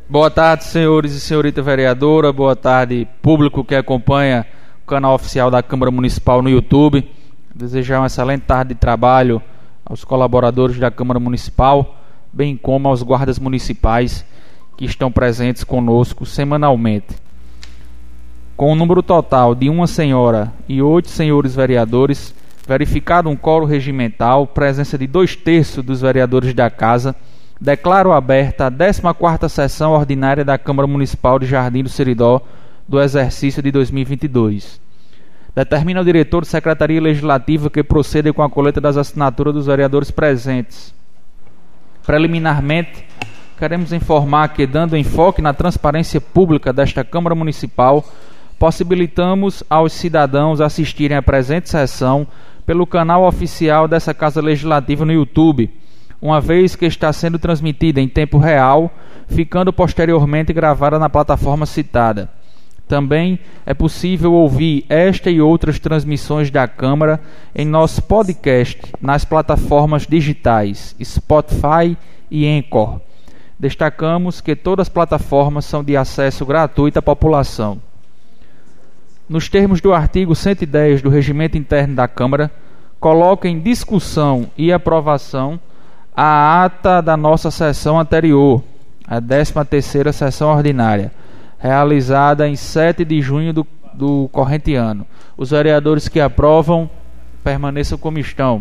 Boa tarde, senhores e senhorita vereadora. Boa tarde, público que acompanha o canal oficial da Câmara Municipal no YouTube. Desejar uma excelente tarde de trabalho aos colaboradores da Câmara Municipal, bem como aos guardas municipais que estão presentes conosco semanalmente. Com o número total de uma senhora e 8 senhores vereadores, verificado um quórum regimental, presença de 2/3 dos vereadores da Casa, declaro aberta a 14ª sessão ordinária da Câmara Municipal de Jardim do Seridó do exercício de 2022. Determina o diretor de Secretaria Legislativa que proceda com a coleta das assinaturas dos vereadores presentes. Preliminarmente, queremos informar que, dando enfoque na transparência pública desta Câmara Municipal, possibilitamos aos cidadãos assistirem à presente sessão pelo canal oficial dessa Casa Legislativa no YouTube, uma vez que está sendo transmitida em tempo real, ficando posteriormente gravada na plataforma citada. Também é possível ouvir esta e outras transmissões da Câmara em nosso podcast nas plataformas digitais Spotify e Anchor. Destacamos que todas as plataformas são de acesso gratuito à população. Nos termos do artigo 110 do Regimento Interno da Câmara, coloco em discussão e aprovação a ata da nossa sessão anterior, a 13ª sessão ordinária, realizada em 7 de junho do corrente ano. Os vereadores que aprovam, permaneçam como estão.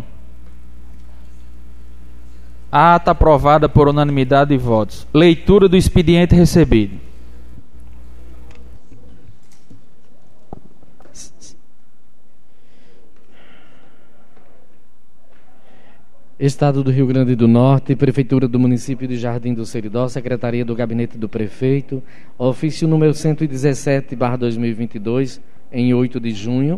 A ata aprovada por unanimidade de votos. Leitura do expediente recebido. Estado do Rio Grande do Norte, Prefeitura do Município de Jardim do Seridó, Secretaria do Gabinete do Prefeito, ofício número 117/2022, em 8 de junho.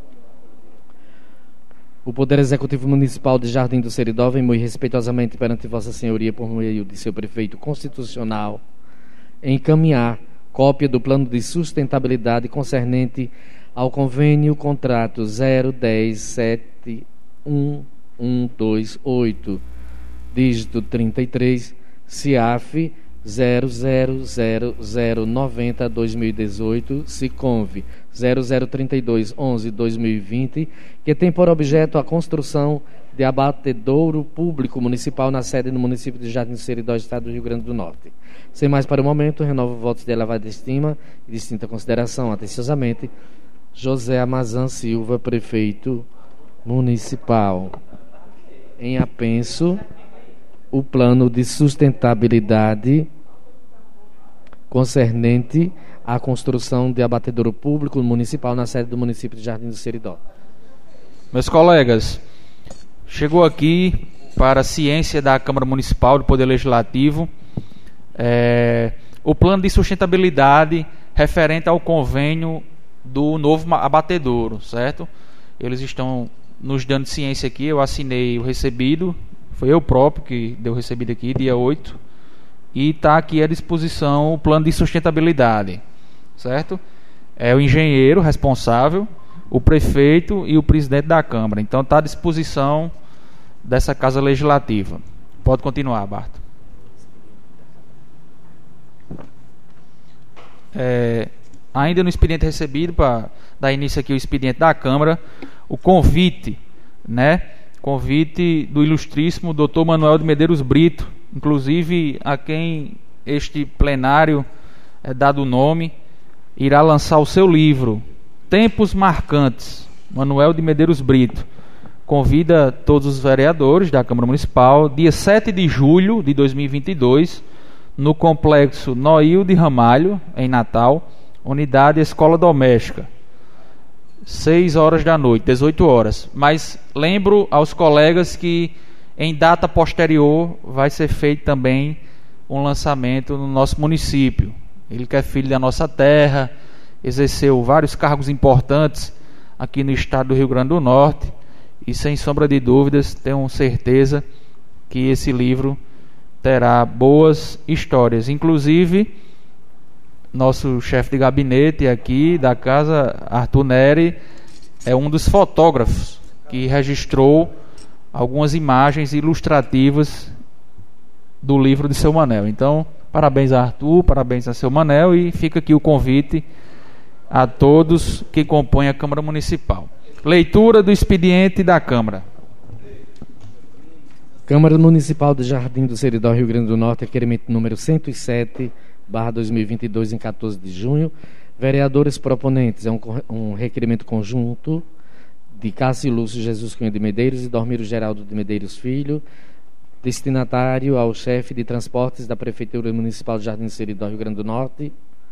O Poder Executivo Municipal de Jardim do Seridó vem muito respeitosamente perante Vossa Senhoria, por meio de seu prefeito constitucional, encaminhar cópia do Plano de Sustentabilidade concernente ao convênio contrato 0107128, dígito 33, CIAF 000090-2018, SICONV 003211-2020, que tem por objeto a construção de abatedouro público municipal na sede no município de Jardim do Seridó, estado do Rio Grande do Norte. Sem mais para o momento, renovo votos de elevada estima e distinta consideração. Atenciosamente, José Amazan Silva, Prefeito Municipal. Em apenso, o plano de sustentabilidade concernente à construção de abatedouro público municipal na sede do município de Jardim do Seridó. Meus colegas, chegou aqui para a ciência da Câmara Municipal do Poder Legislativo o plano de sustentabilidade referente ao convênio do novo abatedouro, certo? Eles estão nos dando ciência aqui. Eu assinei o recebido, foi eu próprio que deu o recebido aqui, dia 8, e está aqui à disposição o plano de sustentabilidade, certo? É o engenheiro responsável, o prefeito e o presidente da Câmara. Então está à disposição dessa Casa Legislativa. Pode continuar, Barto. Ainda no expediente recebido, para dar início aqui ao expediente da Câmara, o convite, convite do ilustríssimo Dr. Manuel de Medeiros Brito, inclusive a quem este plenário é dado o nome, irá lançar o seu livro, Tempos Marcantes. Manuel de Medeiros Brito convida todos os vereadores da Câmara Municipal, dia 7 de julho de 2022, no Complexo Noil de Ramalho, em Natal, Unidade Escola Doméstica, 6 horas da noite, 18 horas. Mas lembro aos colegas que em data posterior vai ser feito também um lançamento no nosso município. Ele que é filho da nossa terra, exerceu vários cargos importantes aqui no estado do Rio Grande do Norte e, sem sombra de dúvidas, tenho certeza que esse livro terá boas histórias. Inclusive, nosso chefe de gabinete aqui da casa, Arthur Neri, é um dos fotógrafos que registrou algumas imagens ilustrativas do livro de seu Manel. Então, Parabéns a Arthur, parabéns a seu Manel, e fica aqui o convite a todos que compõem a Câmara Municipal. Leitura do expediente da Câmara. Câmara Municipal de Jardim do Seridó, Rio Grande do Norte, requerimento número 107/2022, em 14 de junho. Vereadores proponentes, é um requerimento conjunto de Cássio Lúcio Jesus Cunha de Medeiros e Dormiro Geraldo de Medeiros Filho, destinatário ao chefe de transportes da Prefeitura Municipal de Jardim do Seridó, Rio Grande do Norte,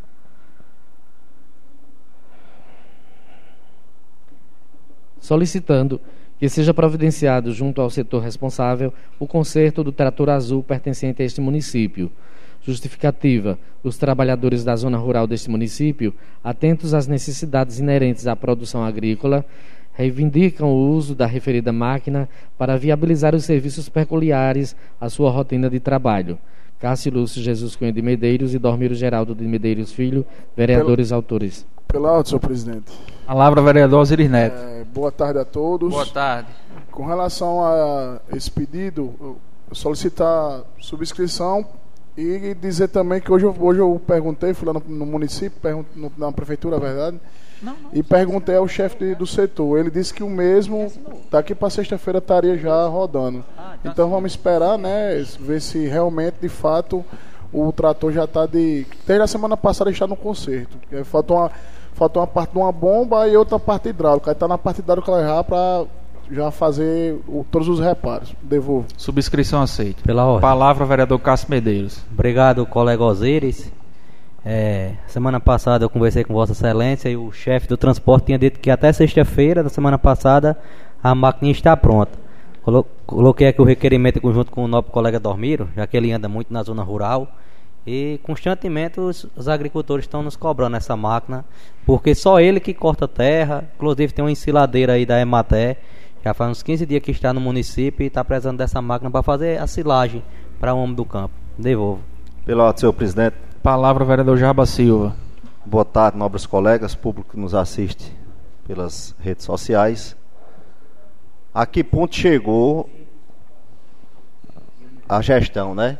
solicitando que seja providenciado junto ao setor responsável o conserto do trator azul pertencente a este município. Justificativa: os trabalhadores da zona rural deste município, atentos às necessidades inerentes à produção agrícola, reivindicam o uso da referida máquina para viabilizar os serviços peculiares à sua rotina de trabalho. Cássio Lúcio Jesus Cunha de Medeiros e Dormiro Geraldo de Medeiros Filho, vereadores autores. Pela ordem, senhor presidente. Palavra, vereador Osiris Neto. Boa tarde a todos. Boa tarde. Com relação a esse pedido, eu solicitar subscrição e dizer também que hoje eu perguntei, fui lá no município, na prefeitura, na verdade, e perguntei ao chefe do setor. Ele disse que o mesmo, daqui para sexta-feira, estaria já rodando. Então vamos esperar, né, ver se realmente, de fato, o trator já está desde a semana passada está no conserto. Faltou uma parte de uma bomba e outra parte hidráulica. Aí está na parte hidráulica já para já fazer todos os reparos. Devolvo. Subscrição aceita. Pela ordem. Palavra, vereador Cássio Medeiros. Obrigado, colega Osiris. Semana passada eu conversei com Vossa Excelência e o chefe do transporte tinha dito que até sexta-feira da semana passada a máquina está pronta. Coloquei aqui o requerimento conjunto com o nobre colega Dormiro, já que ele anda muito na zona rural. E constantemente os agricultores estão nos cobrando essa máquina, porque só ele que corta terra. Inclusive tem uma ensiladeira aí da Emater, já faz uns 15 dias que está no município e está precisando dessa máquina para fazer a silagem para o homem do campo. Devolvo. Pela ordem, senhor presidente. Palavra, vereador Jaba Silva. Boa tarde, nobres colegas, público que nos assiste pelas redes sociais. A que ponto chegou a gestão, né?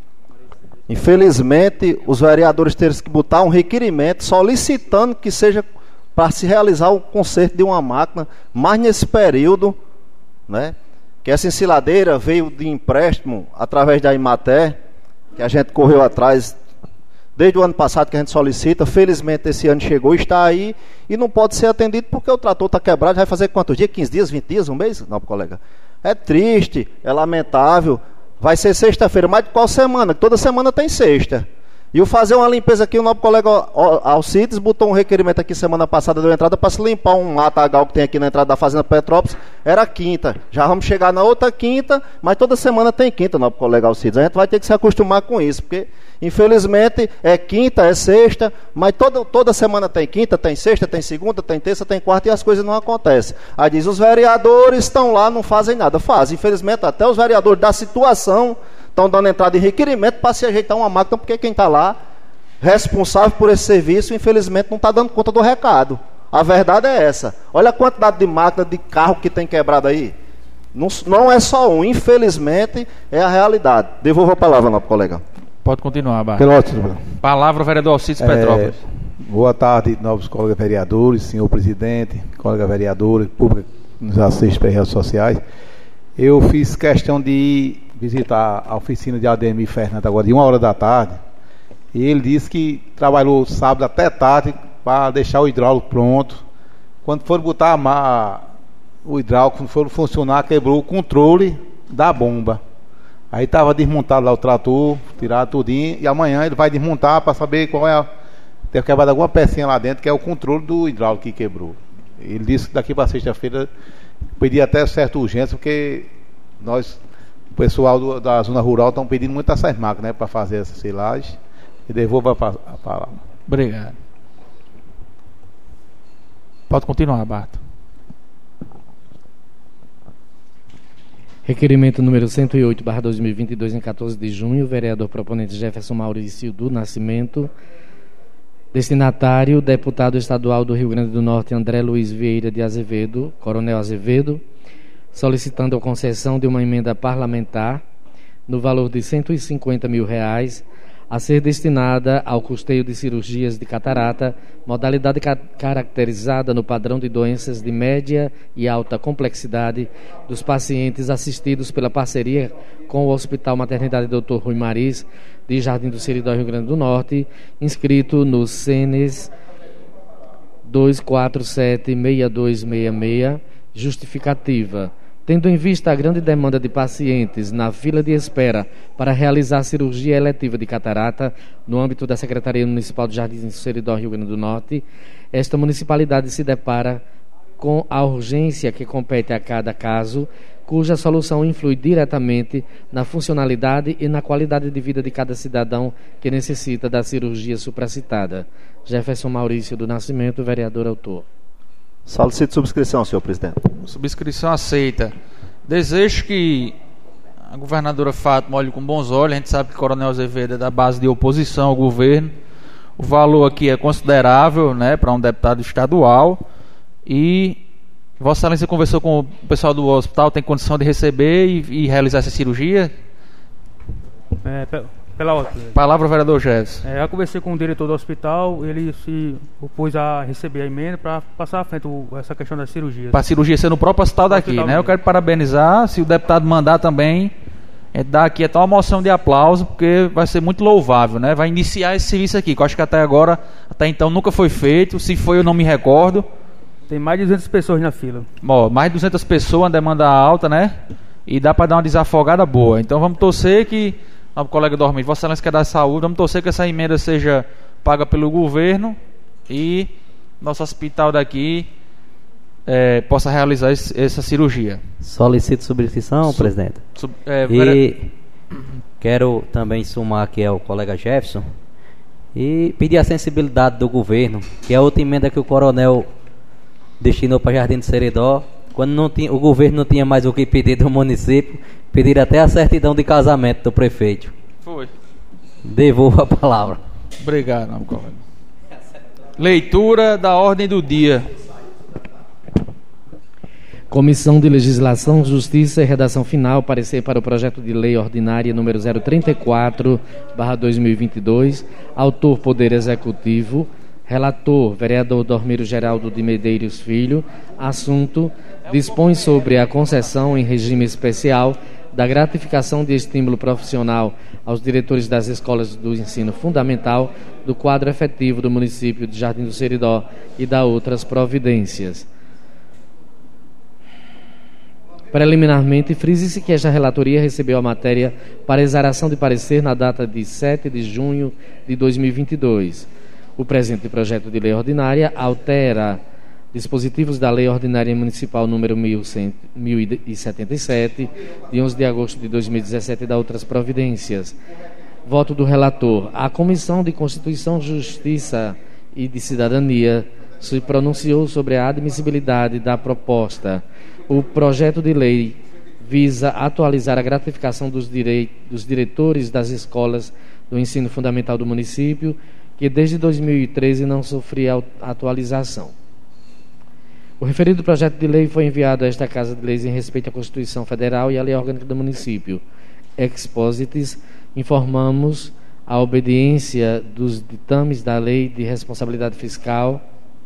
Infelizmente, os vereadores terem que botar um requerimento solicitando que seja para se realizar o conserto de uma máquina, mas nesse período, né, que essa ensiladeira veio de empréstimo através da Emater, que a gente correu atrás desde o ano passado que a gente solicita. Felizmente esse ano chegou, está aí e não pode ser atendido porque o trator está quebrado. Vai fazer quantos dias? 15 dias, 20 dias, um mês? Não, colega. É triste, é lamentável. Vai ser sexta-feira, mas de qual semana? Toda semana tem sexta. E eu fazer uma limpeza aqui, o nosso colega Alcides botou um requerimento aqui semana passada, deu entrada para se limpar um matagal que tem aqui na entrada da Fazenda Petrópolis. Era quinta. Já vamos chegar na outra quinta, mas toda semana tem quinta, nosso colega Alcides. A gente vai ter que se acostumar com isso, porque infelizmente é quinta, é sexta, mas toda semana tem quinta, tem sexta, tem segunda, tem terça, tem quarta e as coisas não acontecem. Aí diz, os vereadores estão lá, não fazem nada. Fazem, infelizmente até os vereadores da situação estão dando entrada em requerimento para se ajeitar uma máquina, porque quem está lá, responsável por esse serviço, infelizmente não está dando conta do recado. A verdade é essa. Olha a quantidade de máquina, de carro que tem quebrado aí. Não é só um, infelizmente é a realidade. Devolvo a palavra, nosso colega. Pode continuar, Bar. Ótimo. Palavra, vereador Alcides Petrópolis. Boa tarde, novos colegas vereadores, senhor presidente, colega vereador, público que nos assiste pelas redes sociais. Eu fiz questão de visitar a oficina de Ademir Fernandes agora de 1h da tarde. E ele disse que trabalhou sábado até tarde para deixar o hidráulico pronto. Quando foram botar o hidráulico, quando foram funcionar, quebrou o controle da bomba. Aí estava desmontado lá o trator, tirado tudinho, e amanhã ele vai desmontar para saber qual é ter quebrado alguma pecinha lá dentro, que é o controle do hidráulico que quebrou. Ele disse que daqui para sexta-feira pedia até certa urgência, porque o pessoal da zona rural estão pedindo muito essas máquinas, né, para fazer essa silagem. E devolvo a palavra. Obrigado. Pode continuar, Barto. Requerimento número 108/2022, em 14 de junho, vereador proponente Jefferson Maurício do Nascimento. Destinatário, deputado estadual do Rio Grande do Norte, André Luiz Vieira de Azevedo, Coronel Azevedo, solicitando a concessão de uma emenda parlamentar no valor de R$150 mil a ser destinada ao custeio de cirurgias de catarata, modalidade caracterizada no padrão de doenças de média e alta complexidade dos pacientes assistidos pela parceria com o Hospital Maternidade Dr. Rui Mariz, de Jardim do Seridó, Rio Grande do Norte, inscrito no CNES 247-6266, justificativa. Tendo em vista a grande demanda de pacientes na fila de espera para realizar cirurgia eletiva de catarata no âmbito da Secretaria Municipal de Jardim do Seridó, Rio Grande do Norte, esta municipalidade se depara com a urgência que compete a cada caso, cuja solução influi diretamente na funcionalidade e na qualidade de vida de cada cidadão que necessita da cirurgia supracitada. Jefferson Maurício do Nascimento, vereador autor. Solicito subscrição, senhor presidente. Subscrição aceita. Desejo que a governadora Fátima olhe com bons olhos. A gente sabe que o Coronel Azevedo é da base de oposição ao governo. O valor aqui é considerável, né, para um deputado estadual. E Vossa Excelência conversou com o pessoal do hospital, tem condição de receber e realizar essa cirurgia? Pela outra. Palavra ao vereador Jefferson. Eu conversei com o diretor do hospital, ele se opôs a receber a emenda para passar à frente essa questão da cirurgia. Para a cirurgia ser no próprio hospital daqui, hospital, né? Eu quero parabenizar, se o deputado mandar também, dar aqui até uma moção de aplauso, porque vai ser muito louvável, né? Vai iniciar esse serviço aqui, que eu acho que até então nunca foi feito, se foi eu não me recordo. Tem mais de 200 pessoas na fila. Bom, mais de 200 pessoas, uma demanda alta, né? E dá para dar uma desafogada boa. Então vamos torcer que o colega Dormir, Vossa Excelência quer dar saúde, vamos torcer que essa emenda seja paga pelo governo e nosso hospital daqui possa realizar essa cirurgia. Solicito subscrição, presidente. Quero também sumar aqui ao colega Jefferson e pedir a sensibilidade do governo, que é a outra emenda que o coronel destinou para Jardim do Seridó. Quando o governo não tinha mais o que pedir do município, pediram até a certidão de casamento do prefeito. Foi. Devolvo a palavra. Obrigado, não, colega. Leitura da ordem do dia. Comissão de Legislação, Justiça e Redação Final, parecer para o projeto de lei ordinária número 034/2022, autor Poder Executivo, relator vereador Dormiro Geraldo de Medeiros Filho, assunto dispõe sobre a concessão em regime especial da gratificação de estímulo profissional aos diretores das escolas do ensino fundamental do quadro efetivo do município de Jardim do Seridó e da outras providências. Preliminarmente, frise-se que esta relatoria recebeu a matéria para exaração de parecer na data de 7 de junho de 2022. O presente projeto de lei ordinária altera dispositivos da Lei Ordinária Municipal número 1077, de 11 de agosto de 2017 e da outras providências. Voto do relator. A Comissão de Constituição, Justiça e de Cidadania se pronunciou sobre a admissibilidade da proposta. O projeto de lei visa atualizar a gratificação dos diretores das escolas do ensino fundamental do município, que desde 2013 não sofria atualização. O referido projeto de lei foi enviado a esta Casa de Leis em respeito à Constituição Federal e à Lei Orgânica do Município. Exposites, informamos a obediência dos ditames da Lei de Responsabilidade Fiscal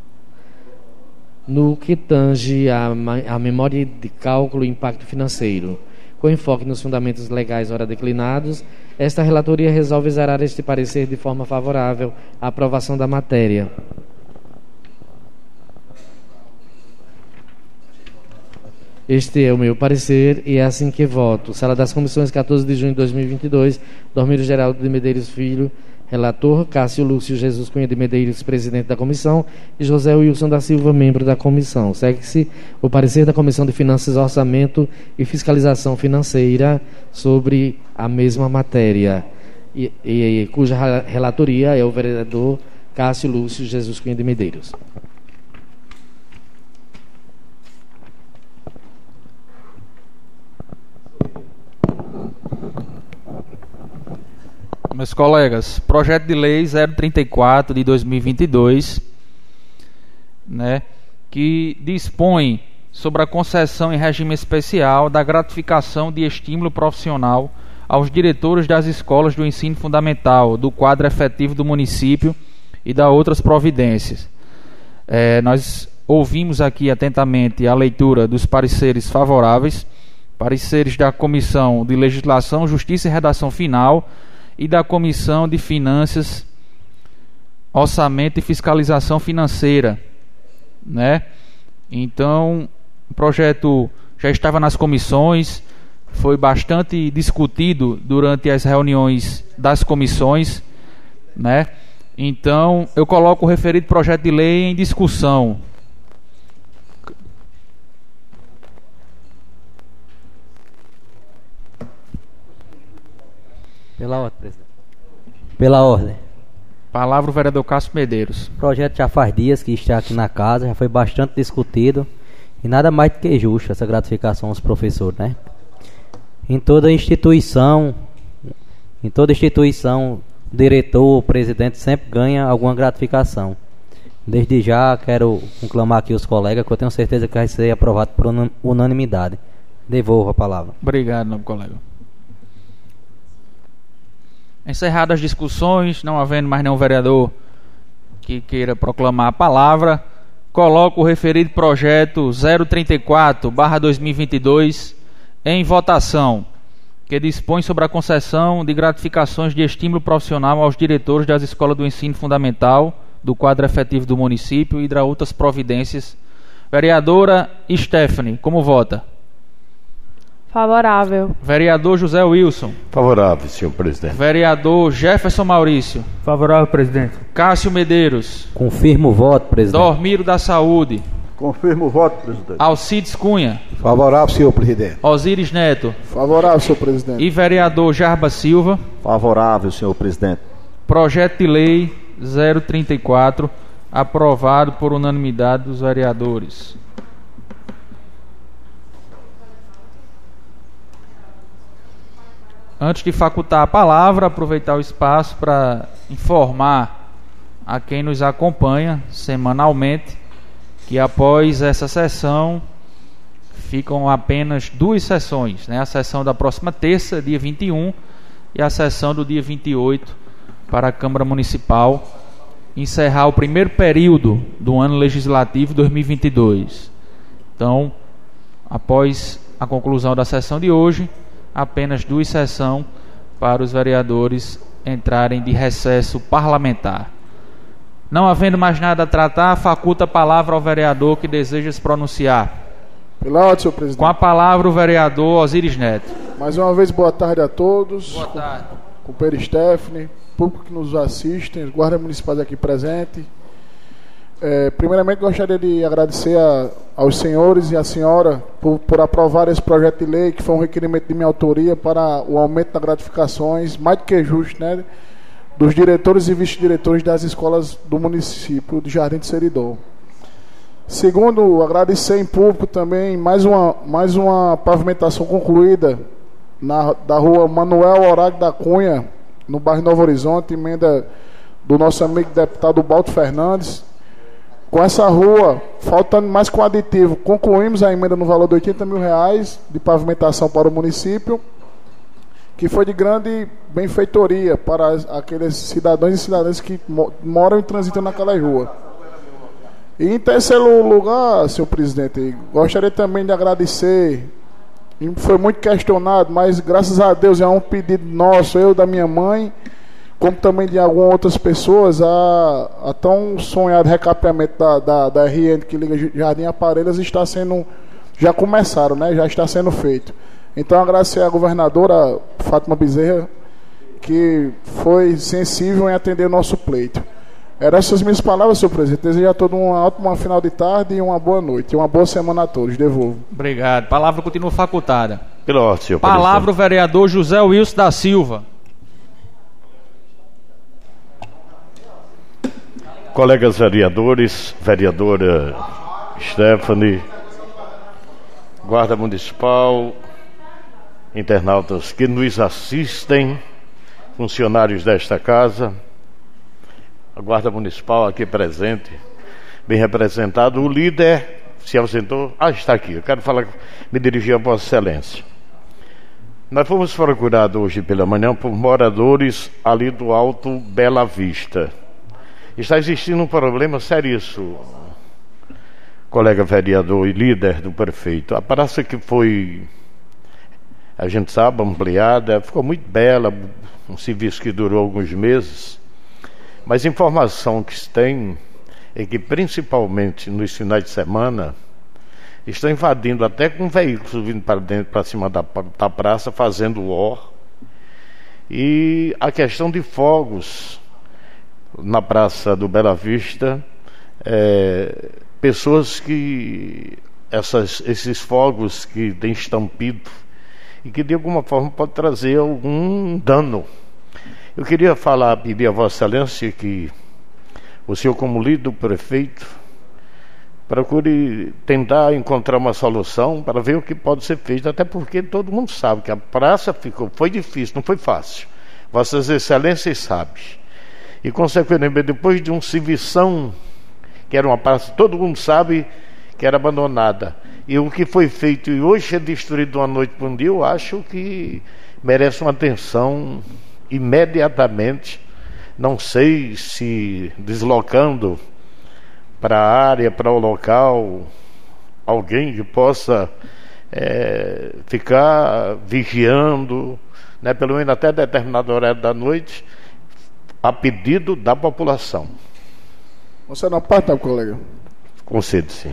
no que tange à memória de cálculo e impacto financeiro. Com enfoque nos fundamentos legais ora declinados, esta relatoria resolve exarar este parecer de forma favorável à aprovação da matéria. Este é o meu parecer e é assim que voto. Sala das Comissões, 14 de junho de 2022, Dormiro Geraldo de Medeiros Filho, relator, Cássio Lúcio Jesus Cunha de Medeiros, presidente da comissão, e José Wilson da Silva, membro da comissão. Segue-se o parecer da Comissão de Finanças, Orçamento e Fiscalização Financeira sobre a mesma matéria, cuja relatoria é o vereador Cássio Lúcio Jesus Cunha de Medeiros. Meus colegas, projeto de lei 034 de 2022, né, que dispõe sobre a concessão em regime especial da gratificação de estímulo profissional aos diretores das escolas do ensino fundamental, do quadro efetivo do município e da outras providências. Nós ouvimos aqui atentamente a leitura dos pareceres favoráveis, pareceres da Comissão de Legislação, Justiça e Redação Final e da Comissão de Finanças, Orçamento e Fiscalização Financeira, né? Então, o projeto já estava nas comissões, foi bastante discutido durante as reuniões das comissões, né? Então, eu coloco o referido projeto de lei em discussão. Pela ordem, presidente. Pela ordem. Palavra o vereador Cássio Medeiros. O projeto já faz dias que está aqui na casa, já foi bastante discutido e nada mais do que justo essa gratificação aos professores, né? Em toda instituição, o diretor, o presidente sempre ganha alguma gratificação. Desde já quero conclamar aqui os colegas que eu tenho certeza que vai ser aprovado por unanimidade. Devolvo a palavra. Obrigado, nobre colega. Encerradas as discussões, não havendo mais nenhum vereador que queira proclamar a palavra, coloco o referido projeto 034/2022 em votação, que dispõe sobre a concessão de gratificações de estímulo profissional aos diretores das escolas do ensino fundamental, do quadro efetivo do município e de outras providências. Vereadora Stephanie, como vota? Favorável. Vereador José Wilson. Favorável, senhor presidente. Vereador Jefferson Maurício. Favorável, presidente. Cássio Medeiros. Confirmo o voto, presidente. Dormiro da Saúde. Confirmo o voto, presidente. Alcides Cunha. Favorável, senhor presidente. Osíris Neto. Favorável, senhor presidente. E vereador Jarba Silva. Favorável, senhor presidente. Projeto de lei 034, aprovado por unanimidade dos vereadores. Antes de facultar a palavra, aproveitar o espaço para informar a quem nos acompanha semanalmente que após essa sessão ficam apenas 2 sessões, né? A sessão da próxima terça, dia 21, e a sessão do dia 28 para a Câmara Municipal encerrar o primeiro período do ano legislativo 2022. Então, após a conclusão da sessão de hoje, apenas 2 sessões para os vereadores entrarem de recesso parlamentar. Não havendo mais nada a tratar, faculta a palavra ao vereador que deseja se pronunciar. Pela ordem, senhor presidente. Com a palavra o vereador Osíris Neto. Mais uma vez, boa tarde a todos. Boa tarde. Companheiro Stephanie, público que nos assistem, os guardas municipais aqui presentes. Primeiramente, gostaria de agradecer aos senhores e à senhora por aprovar esse projeto de lei, que foi um requerimento de minha autoria para o aumento das gratificações, mais do que justo, né, dos diretores e vice-diretores das escolas do município de Jardim do Seridó. Segundo, agradecer em público também mais uma pavimentação concluída da rua Manuel Horácio da Cunha, no bairro Novo Horizonte, emenda do nosso amigo deputado Balto Fernandes. Com essa rua, faltando mais com aditivo, concluímos a emenda no valor de R$80 mil de pavimentação para o município, que foi de grande benfeitoria para aqueles cidadãos e cidadãs que moram e transitam naquela rua. E em terceiro lugar, senhor presidente, gostaria também de agradecer, e foi muito questionado, mas graças a Deus é um pedido nosso, eu da minha mãe, como também de algumas outras pessoas, a tão sonhado recapeamento da RN que liga Jardim Aparelhas já começaram, né? Já está sendo feito. Então agradecer à governadora Fátima Bezerra, que foi sensível em atender o nosso pleito. Eram essas minhas palavras, senhor presidente. Desejo a todos uma ótima final de tarde e uma boa noite. E uma boa semana a todos. Devolvo. Obrigado. Palavra continua facultada. Pela ordem, senhor Palavra o vereador José Wilson da Silva. Colegas vereadores, vereadora Stephanie, Guarda Municipal, internautas que nos assistem, funcionários desta casa, a Guarda Municipal aqui presente, bem representado, o líder se ausentou, está aqui, eu quero me dirigir a Vossa Excelência. Nós fomos procurados hoje pela manhã por moradores ali do Alto Bela Vista. Está existindo um problema seríssimo, colega vereador e líder do prefeito. A praça que foi, a gente sabe, ampliada, ficou muito bela, um serviço que durou alguns meses, mas a informação que se tem é que principalmente nos finais de semana estão invadindo até com veículos vindo para dentro, para cima da praça, fazendo e a questão de fogos na Praça do Bela Vista, pessoas que esses fogos que têm estampido e que de alguma forma pode trazer algum dano. Eu queria pedir a Vossa Excelência que o senhor, como líder do prefeito, procure tentar encontrar uma solução para ver o que pode ser feito, até porque todo mundo sabe que a praça foi difícil, não foi fácil. Vossas Excelências sabem. E, consequentemente, depois de um servição, que era uma praça, todo mundo sabe que era abandonada, e o que foi feito e hoje é destruído de uma noite para um dia, eu acho que merece uma atenção imediatamente. Não sei se deslocando para a área, para o local, alguém que possa ficar vigiando, né, pelo menos até determinado horário da noite, a pedido da população. Você não parte, colega? Concedo, sim.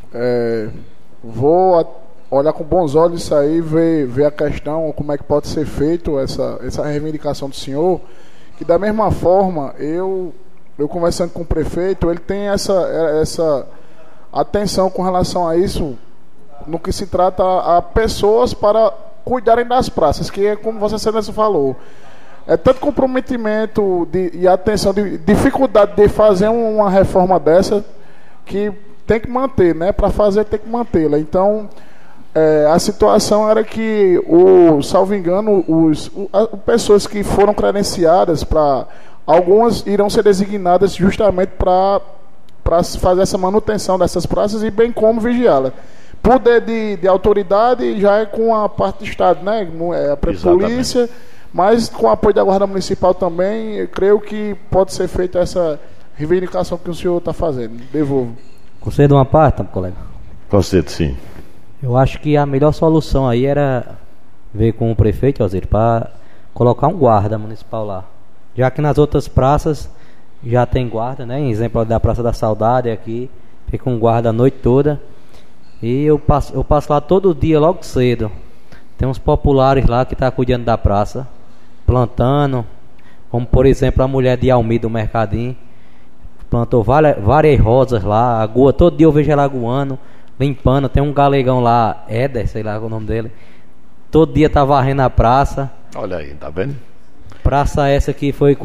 Vou olhar com bons olhos isso aí, ver a questão, como é que pode ser feito essa reivindicação do senhor, que da mesma forma, eu conversando com o prefeito, ele tem essa atenção com relação a isso, no que se trata a pessoas para cuidarem das praças, que é como Vossa Excelência falou, é tanto comprometimento e atenção, de dificuldade de fazer uma reforma dessa, que tem que manter, né? Para fazer tem que mantê-la. Então, a situação era que, salvo engano, pessoas que foram credenciadas algumas irão ser designadas justamente para fazer essa manutenção dessas praças e bem como vigiá-la. Poder de autoridade já é com a parte do Estado, né? A polícia, mas com o apoio da Guarda Municipal também, eu creio que pode ser feita essa reivindicação que o senhor está fazendo. Devolvo. Concedo uma parte, colega? Concedo, sim. Eu acho que a melhor solução aí era ver com o prefeito, Osíris, para colocar um guarda municipal lá. Já que nas outras praças já tem guarda, né? Em exemplo da Praça da Saudade aqui, fica um guarda a noite toda. E eu passo lá todo dia, logo cedo. Tem uns populares lá que estão cuidando da praça, plantando, como por exemplo a mulher de Almi do Mercadinho, plantou várias rosas lá, agua, todo dia eu vejo ela aguando, limpando. Tem um galegão lá, Éder, sei lá o nome dele, todo dia tá varrendo a praça. Olha aí, tá vendo? Praça essa que foi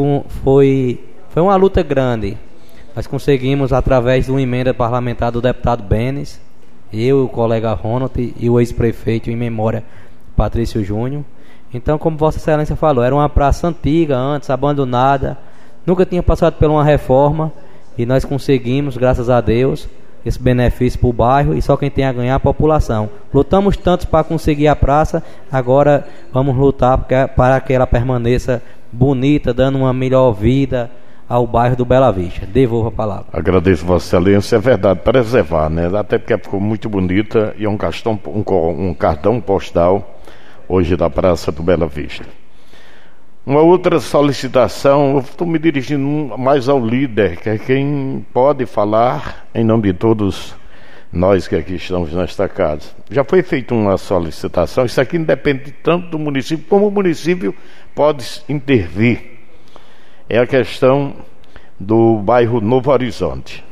uma luta grande. Nós conseguimos, através de uma emenda parlamentar do deputado Benes, eu, o colega Ronald e o ex-prefeito em memória, Patrício Júnior. Então, como Vossa Excelência falou, era uma praça antiga antes, abandonada, nunca tinha passado por uma reforma, e nós conseguimos, graças a Deus, esse benefício para o bairro, e só quem tem a ganhar é a população. Lutamos tanto para conseguir a praça, agora vamos lutar para que ela permaneça bonita, dando uma melhor vida ao bairro do Bela Vista. Devolvo a palavra. Agradeço Vossa Excelência, é verdade, preservar, né? Até porque ficou muito bonita e é um cartão postal hoje da Praça do Bela Vista. Uma outra solicitação, eu estou me dirigindo mais ao líder, que é quem pode falar em nome de todos nós que aqui estamos nesta casa. Já foi feita uma solicitação, isso aqui não depende tanto do município, como o município pode intervir. É a questão do bairro Novo Horizonte.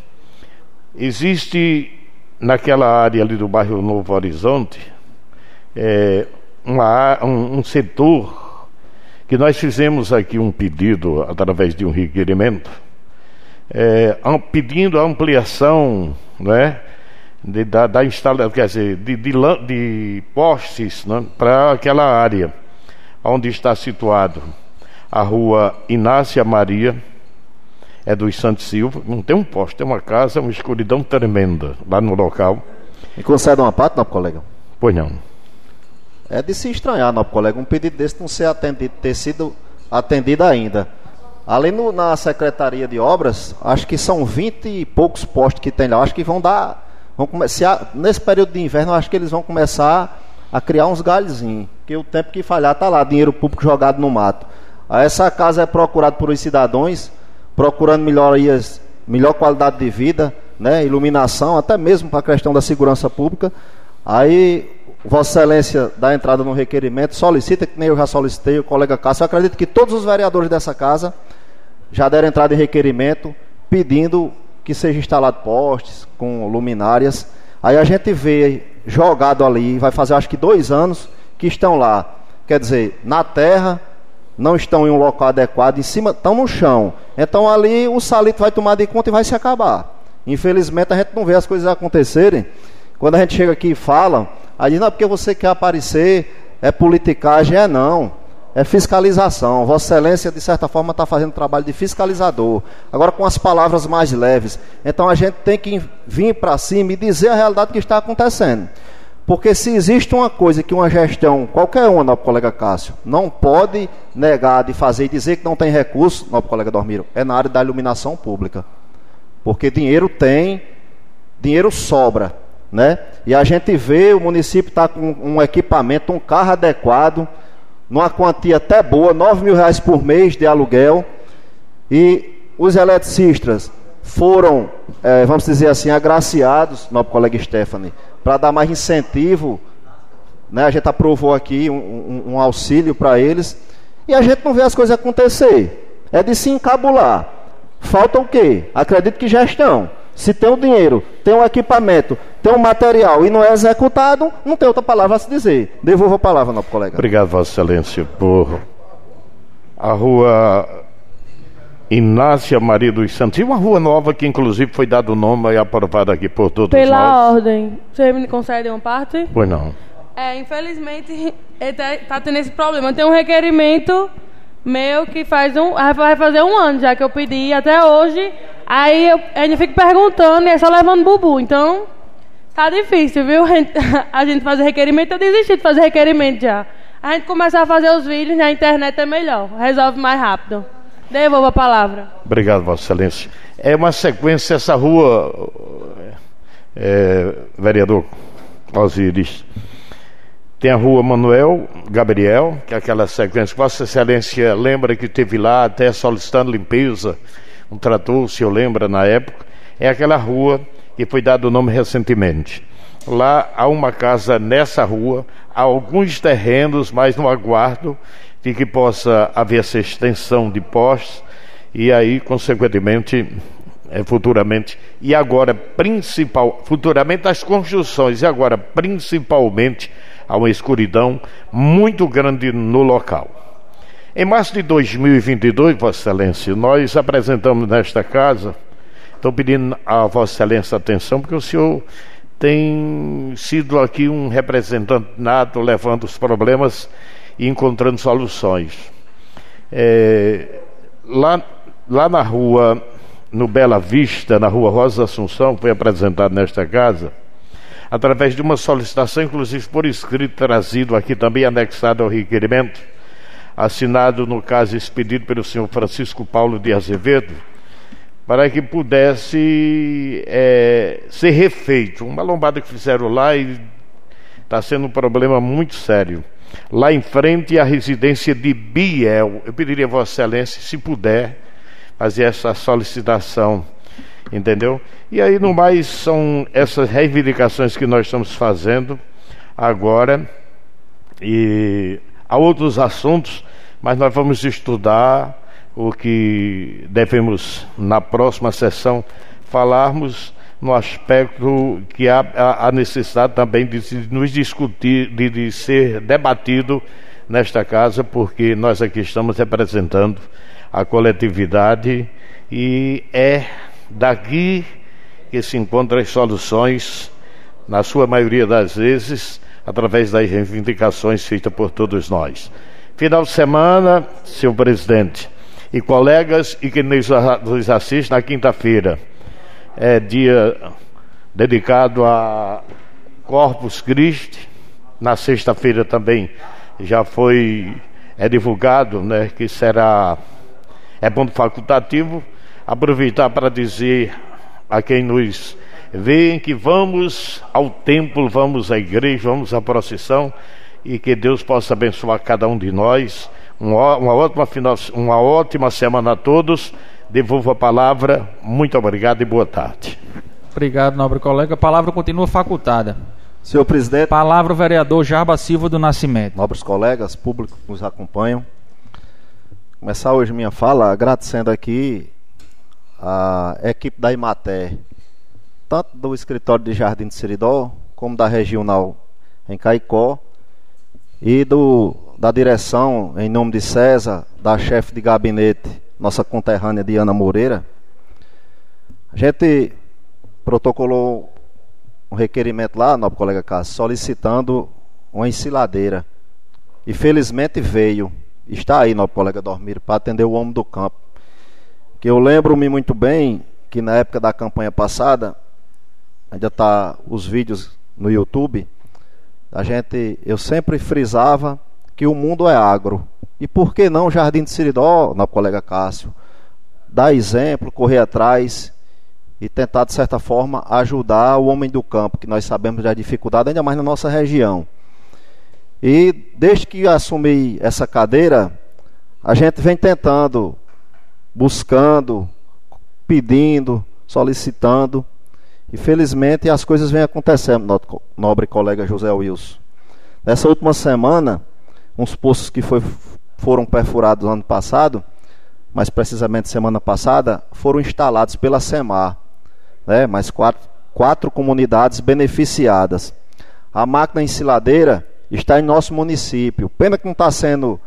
Existe naquela área ali do bairro Novo Horizonte um setor que nós fizemos aqui um pedido através de um requerimento, pedindo a ampliação, né, da instalação, quer dizer, de postes, né, para aquela área onde está situado a rua Inácia Maria, dos Santos Silva. Não tem um poste, tem uma casa, uma escuridão tremenda lá no local. E concede uma parte, não, colega? Pois não. É de se estranhar, nobre colega, um pedido desse não ser atendido, ter sido atendido ainda. Ali na Secretaria de Obras, acho que são 20 e poucos postos que tem lá. Acho que vão começar, nesse período de inverno, acho que eles vão começar a criar uns galhozinhos, que o tempo que falhar está lá, dinheiro público jogado no mato. Aí essa casa é procurada por os cidadãos, procurando melhorias, melhor qualidade de vida, né, iluminação, até mesmo para a questão da segurança pública. Aí Vossa Excelência dá entrada no requerimento, solicita, que nem eu já solicitei, o colega Cássio. Eu acredito que todos os vereadores dessa casa já deram entrada em requerimento, pedindo que seja instalado postes com luminárias. Aí a gente vê jogado ali, vai fazer acho que 2 anos que estão lá, quer dizer, na terra, não estão em um local adequado, em cima, estão no chão. Então ali o salito vai tomar de conta e vai se acabar. Infelizmente a gente não vê as coisas acontecerem. Quando a gente chega aqui e fala, aí diz, não, porque você quer aparecer, é politicagem. Não, é fiscalização. Vossa Excelência, de certa forma, está fazendo trabalho de fiscalizador, agora com as palavras mais leves. Então a gente tem que vir para cima e dizer a realidade que está acontecendo. Porque se existe uma coisa que uma gestão, qualquer uma, nobre colega Cássio, não pode negar de fazer e dizer que não tem recurso, nobre colega Dormiro, é na área da iluminação pública. Porque dinheiro tem, dinheiro sobra, né? E a gente vê, o município está com um equipamento, um carro adequado, numa quantia até boa, R$9.000 por mês de aluguel, e os eletricistas foram, vamos dizer assim, agraciados, nobre colega Stephanie, para dar mais incentivo, né? A gente aprovou aqui um auxílio para eles, e a gente não vê as coisas acontecer, é de se encabular. Falta o quê? Acredito que gestão. Se tem o dinheiro, tem o equipamento, tem o material e não é executado, não tem outra palavra a se dizer. Devolvo a palavra, nobre colega. Obrigado, Vossa Excelência, por a rua Inácia Maria dos Santos, uma rua nova que inclusive foi dado o nome e aprovada aqui por todos nós. Pela ordem, você me concede uma parte? Pois não. Infelizmente, está tendo esse problema. Tem um requerimento meu que vai fazer 1 ano já que eu pedi até hoje. Aí eu ainda fico perguntando e é só levando bubu. Então, tá difícil, viu? A gente fazer requerimento, eu desisti de fazer requerimento já. A gente começar a fazer os vídeos na internet é melhor, resolve mais rápido. Devolvo a palavra. Obrigado, Vossa Excelência. É uma sequência essa rua, vereador Osíris. Tem a rua Manuel Gabriel, que é aquela sequência que Vossa Excelência lembra que teve lá até solicitando limpeza, um trator, o senhor lembra na época. É aquela rua que foi dado o nome recentemente. Lá há uma casa nessa rua, há alguns terrenos, mas no aguardo de que possa haver essa extensão de postes e aí, consequentemente, futuramente, e agora futuramente as construções, e agora principalmente há uma escuridão muito grande no local. Em março de 2022, Vossa Excelência, nós apresentamos nesta casa, estou pedindo a Vossa Excelência atenção, porque o senhor tem sido aqui um representante nato, levando os problemas e encontrando soluções. Lá na rua, no Bela Vista, na rua Rosa Assunção, foi apresentado nesta casa, através de uma solicitação, inclusive por escrito, trazido aqui também, anexado ao requerimento, assinado, no caso, expedido pelo senhor Francisco Paulo de Azevedo, para que pudesse ser refeito. Uma lombada que fizeram lá e está sendo um problema muito sério. Lá em frente à residência de Biel. Eu pediria a Vossa Excelência, se puder, fazer essa solicitação, entendeu? E aí, no mais, são essas reivindicações que nós estamos fazendo agora. E há outros assuntos, mas nós vamos estudar o que devemos, na próxima sessão, falarmos no aspecto que há a necessidade também de nos discutir, de ser debatido nesta casa, porque nós aqui estamos representando a coletividade e é daqui que se encontram as soluções, na sua maioria das vezes, através das reivindicações feitas por todos nós. Final de semana, senhor presidente, e colegas e que nos assistem, na quinta-feira é dia dedicado a Corpus Christi, na sexta-feira também já foi divulgado, né, que é ponto facultativo. Aproveitar para dizer a quem nos vê que vamos ao templo, vamos à igreja, vamos à procissão, e que Deus possa abençoar cada um de nós. Uma ótima semana a todos. Devolvo a palavra. Muito obrigado e boa tarde. Obrigado, nobre colega. A palavra continua facultada. Senhor presidente. Palavra o vereador Jarba Silva do Nascimento. Nobres colegas, público que nos acompanham. Começar hoje minha fala agradecendo aqui a equipe da Imater, tanto do escritório de Jardim de Seridó, como da regional em Caicó, e da direção, em nome de César, da chefe de gabinete, nossa conterrânea Diana Moreira. A gente protocolou um requerimento lá, nobre colega Cássio, solicitando uma ensiladeira. E felizmente veio. Está aí, nobre colega Dormir, para atender o homem do campo. Que eu lembro-me muito bem que na época da campanha passada, ainda está os vídeos no YouTube, eu sempre frisava que o mundo é agro. E por que não Jardim de Seridó, nobre colega Cássio, dar exemplo, correr atrás e tentar, de certa forma, ajudar o homem do campo, que nós sabemos da dificuldade, ainda mais na nossa região. E desde que assumi essa cadeira, a gente vem tentando, buscando, pedindo, solicitando, e felizmente as coisas vêm acontecendo, nobre colega José Wilson. Nessa última semana, uns poços que foram perfurados no ano passado, mais precisamente semana passada, foram instalados pela SEMAR, né? Mais quatro comunidades beneficiadas. A máquina ensiladeira está em nosso município. Pena que não está sendo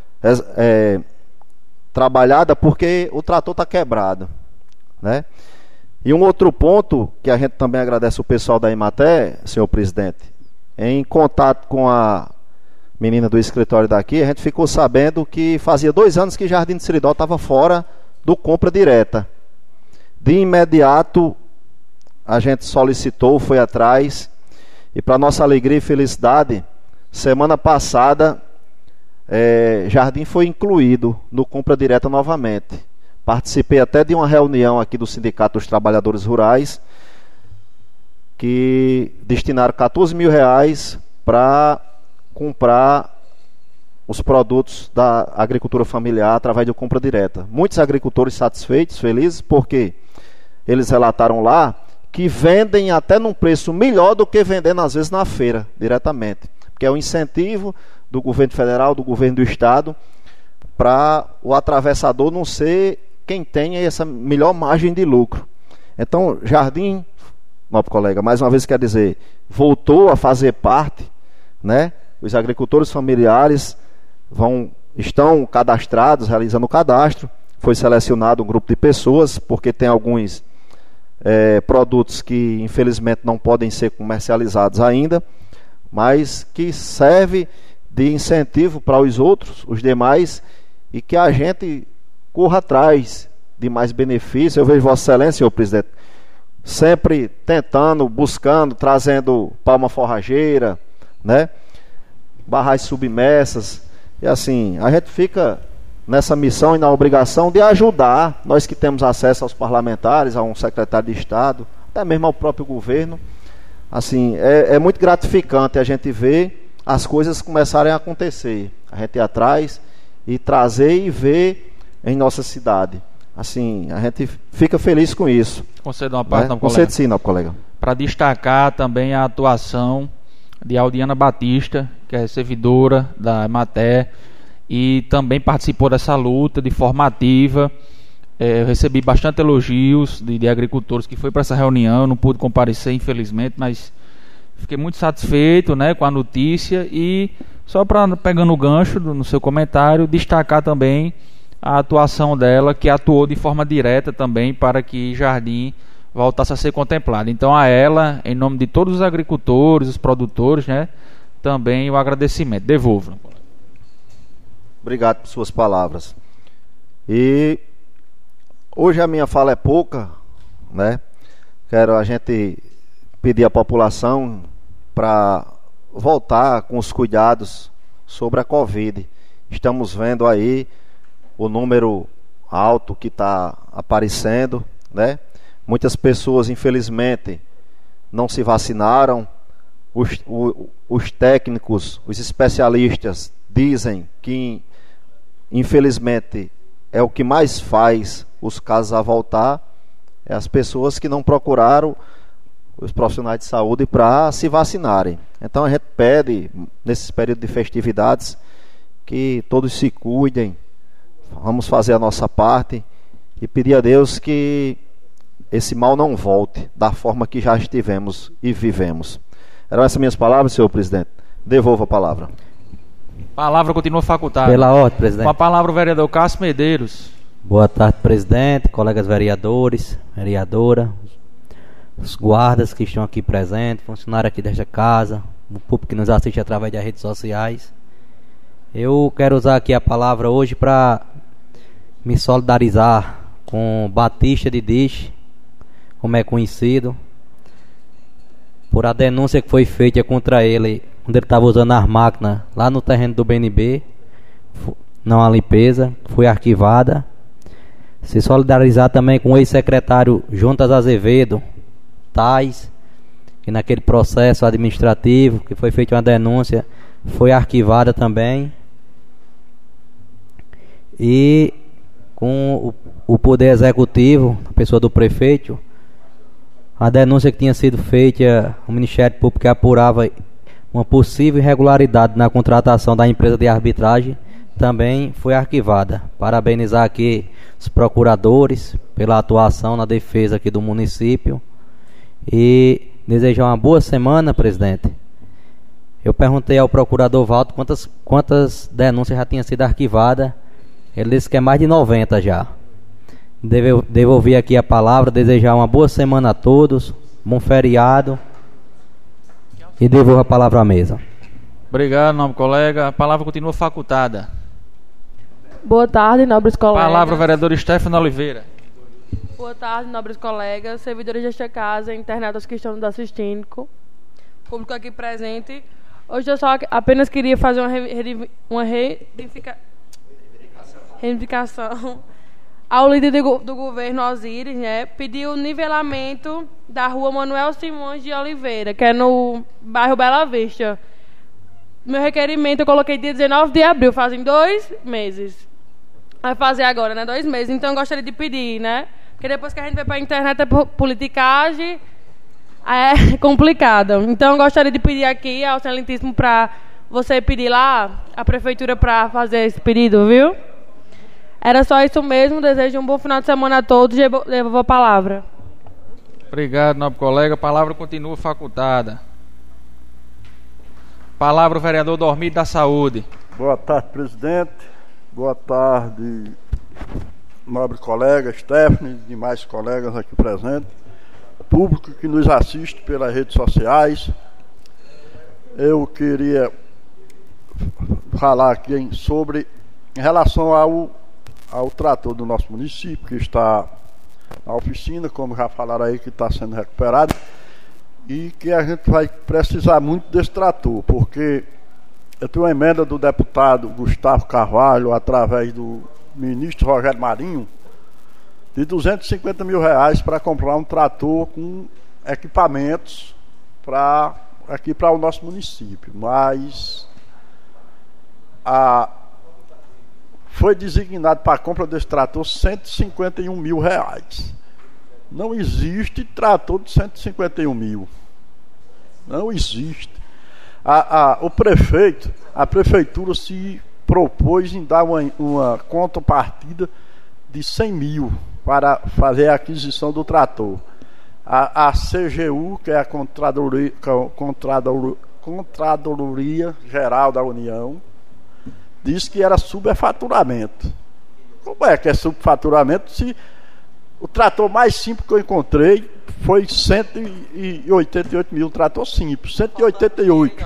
trabalhada porque o trator está quebrado, né? E um outro ponto que a gente também agradece o pessoal da Imater, senhor presidente, em contato com a menina do escritório daqui, a gente ficou sabendo que fazia 2 anos que Jardim de Seridó estava fora do compra direta. De imediato a gente solicitou, foi atrás, e para nossa alegria e felicidade, semana passada Jardim foi incluído no compra direta novamente. Participei até de uma reunião aqui do Sindicato dos Trabalhadores Rurais, que destinaram R$14 mil para comprar os produtos da agricultura familiar através de compra direta. Muitos agricultores satisfeitos, felizes, porque eles relataram lá que vendem até num preço melhor do que vendendo às vezes na feira, diretamente. Porque é um incentivo do governo federal, do governo do estado, para o atravessador não ser quem tem essa melhor margem de lucro. Então, Jardim, nobre colega, mais uma vez quer dizer, voltou a fazer parte, né? Os agricultores familiares estão cadastrados, realizando o cadastro. Foi selecionado um grupo de pessoas, porque tem alguns produtos que infelizmente não podem ser comercializados ainda, mas que serve de incentivo para os outros, os demais, e que a gente corra atrás de mais benefícios. Eu vejo Vossa Excelência, senhor presidente, sempre tentando, buscando, trazendo palma forrageira, né? Barragens submersas, e assim, a gente fica nessa missão e na obrigação de ajudar, nós que temos acesso aos parlamentares, a um secretário de Estado, até mesmo ao próprio governo. Assim, é muito gratificante a gente ver as coisas começarem a acontecer, a gente ir atrás e trazer e ver em nossa cidade. Assim, a gente fica feliz com isso. Concedo uma parte, né? Concedo sim, nobre colega. Para destacar também a atuação de Aldiana Batista, que é servidora da Imater, e também participou dessa luta de forma ativa. Eu recebi bastante elogios de agricultores que foi para essa reunião. Eu não pude comparecer, infelizmente, mas fiquei muito satisfeito, né, com a notícia. E só para, pegando o gancho no seu comentário, destacar também a atuação dela, que atuou de forma direta também para que Jardim voltasse a ser contemplado. Então, a ela, em nome de todos os agricultores, os produtores, né, também o agradecimento. Devolvo. Obrigado por suas palavras. E hoje a minha fala é pouca, né? Quero a gente pedir à população para voltar com os cuidados sobre a Covid. Estamos vendo aí o número alto que está aparecendo, né? Muitas pessoas, infelizmente, não se vacinaram. Os técnicos, os especialistas dizem que, infelizmente, é o que mais faz os casos a voltar, é as pessoas que não procuraram os profissionais de saúde para se vacinarem. Então a gente pede, nesse período de festividades, que todos se cuidem, vamos fazer a nossa parte e pedir a Deus que esse mal não volte da forma que já estivemos e vivemos. Eram essas minhas palavras, senhor presidente. Devolvo a palavra. Palavra continua facultada. Pela ordem, presidente. Com a palavra o vereador Cássio Medeiros. Boa tarde, presidente, colegas vereadores, vereadora, os guardas que estão aqui presentes, funcionários aqui desta casa, o público que nos assiste através das redes sociais. Eu quero usar aqui a palavra hoje para me solidarizar com Batista de Diche, como é conhecido, por a denúncia que foi feita contra ele quando ele estava usando as máquinas lá no terreno do BNB, não a limpeza, foi arquivada. Se solidarizar também com o ex-secretário Juntas Azevedo, Tais, que naquele processo administrativo que foi feita uma denúncia, foi arquivada também. E com o Poder Executivo, a pessoa do prefeito, a denúncia que tinha sido feita, o Ministério Público apurava uma possível irregularidade na contratação da empresa de arbitragem, também foi arquivada. Parabenizar aqui os procuradores pela atuação na defesa aqui do município e desejar uma boa semana, presidente. Eu perguntei ao procurador Valdo quantas denúncias já tinham sido arquivadas. Ele disse que é mais de 90 já. Devolvi aqui a palavra, desejar uma boa semana a todos, bom feriado e devolvo a palavra à mesa. Obrigado, nobre colega. A palavra continua facultada. Boa tarde, nobres colegas. Palavra, vereador Stefano Oliveira. Boa tarde, nobres colegas, servidores desta casa, internautas que estão nos assistindo, público aqui presente. Hoje eu só apenas queria fazer uma reivindicação ao líder do governo, Osíris, né? Pedir o nivelamento da rua Manuel Simões de Oliveira, que é no bairro Bela Vista. Meu requerimento eu coloquei dia 19 de abril, fazem 2 meses. Vai fazer agora, né? 2 meses. Então eu gostaria de pedir, né? Porque depois que a gente vai para a internet é politicagem, é complicado. Então eu gostaria de pedir aqui ao excelentíssimo para você pedir lá a prefeitura para fazer esse pedido, viu? Era só isso mesmo. Desejo um bom final de semana a todos e devolvo a palavra. Obrigado, nobre colega. A palavra continua facultada. Palavra o vereador Dormido da Saúde. Boa tarde, presidente. Boa tarde, nobre colega Stephanie e demais colegas aqui presentes. Público que nos assiste pelas redes sociais. Eu queria falar aqui sobre em relação ao trator do nosso município, que está na oficina, como já falaram aí, que está sendo recuperado, e que a gente vai precisar muito desse trator, porque eu tenho uma emenda do deputado Gustavo Carvalho, através do ministro Rogério Marinho, de R$250 mil para comprar um trator com equipamentos aqui para o nosso município, mas foi designado para a compra desse trator R$151 mil. Não existe trator de 151 mil. Não existe. A prefeitura se propôs em dar uma contrapartida de 100 mil para fazer a aquisição do trator. A CGU, que é a Contradoria Geral da União, disse que era superfaturamento. Como é que é superfaturamento se o trator mais simples que eu encontrei foi 188 mil, trator simples, 188.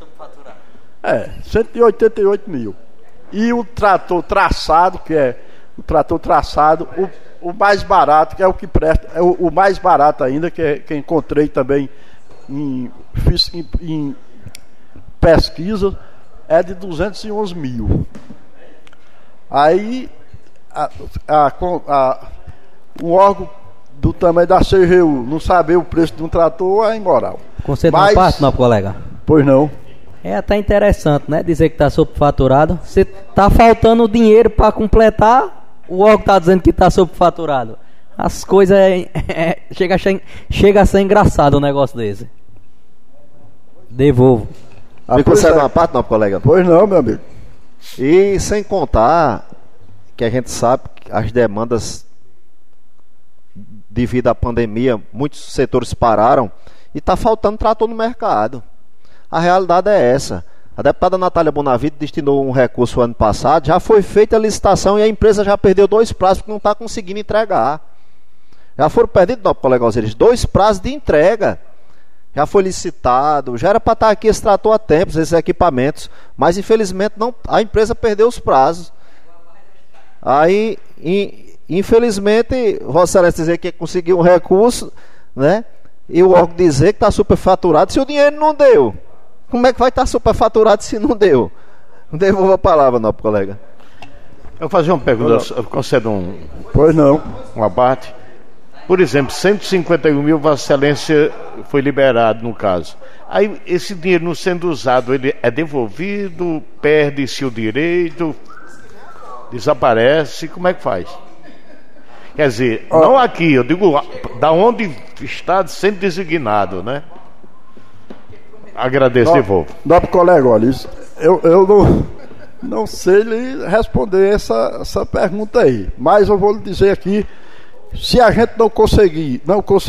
188 mil. E o trator traçado, que é o trator traçado, o mais barato, que é o que presta, é o mais barato ainda, que encontrei também pesquisa é de 211 mil. Aí um órgão do tamanho da CGU não saber o preço de um trator é imoral. Conceito uma parte, não, colega? Pois não. É até interessante, né? Dizer que está superfaturado. Você está faltando dinheiro para completar, o órgão está dizendo que está superfaturado. As coisas chega a ser engraçado um negócio desse. Devolvo. Me concede uma parte, não, colega? Pois não, meu amigo. E sem contar que a gente sabe que as demandas devido à pandemia, muitos setores pararam e está faltando trator no mercado. A realidade é essa. A deputada Natália Bonavide destinou um recurso ano passado, já foi feita a licitação e a empresa já perdeu 2 prazos porque não está conseguindo entregar. Já foram perdidos, não, colega Osiris, 2 prazos de entrega. Já foi licitado, já era para estar aqui esse trator a tempos, esses equipamentos, mas infelizmente não, a empresa perdeu os prazos. Aí, infelizmente, Vossa Excelência dizer que conseguiu um recurso, né? E o órgão dizer que está superfaturado se o dinheiro não deu. Como é que vai estar superfaturado se não deu? Devolva a palavra, não, colega. Eu vou fazer uma pergunta, concede Pois não. Um abate. Por exemplo, 151 mil, Vossa Excelência foi liberado no caso. Aí, esse dinheiro não sendo usado, ele é devolvido, perde-se o direito, desaparece, como é que faz? Quer dizer, não aqui, eu digo da onde está sendo designado, né? Agradeço, devolvo. Nobre colega, olha, eu não sei lhe responder essa pergunta aí, mas eu vou lhe dizer aqui, se a gente não conseguir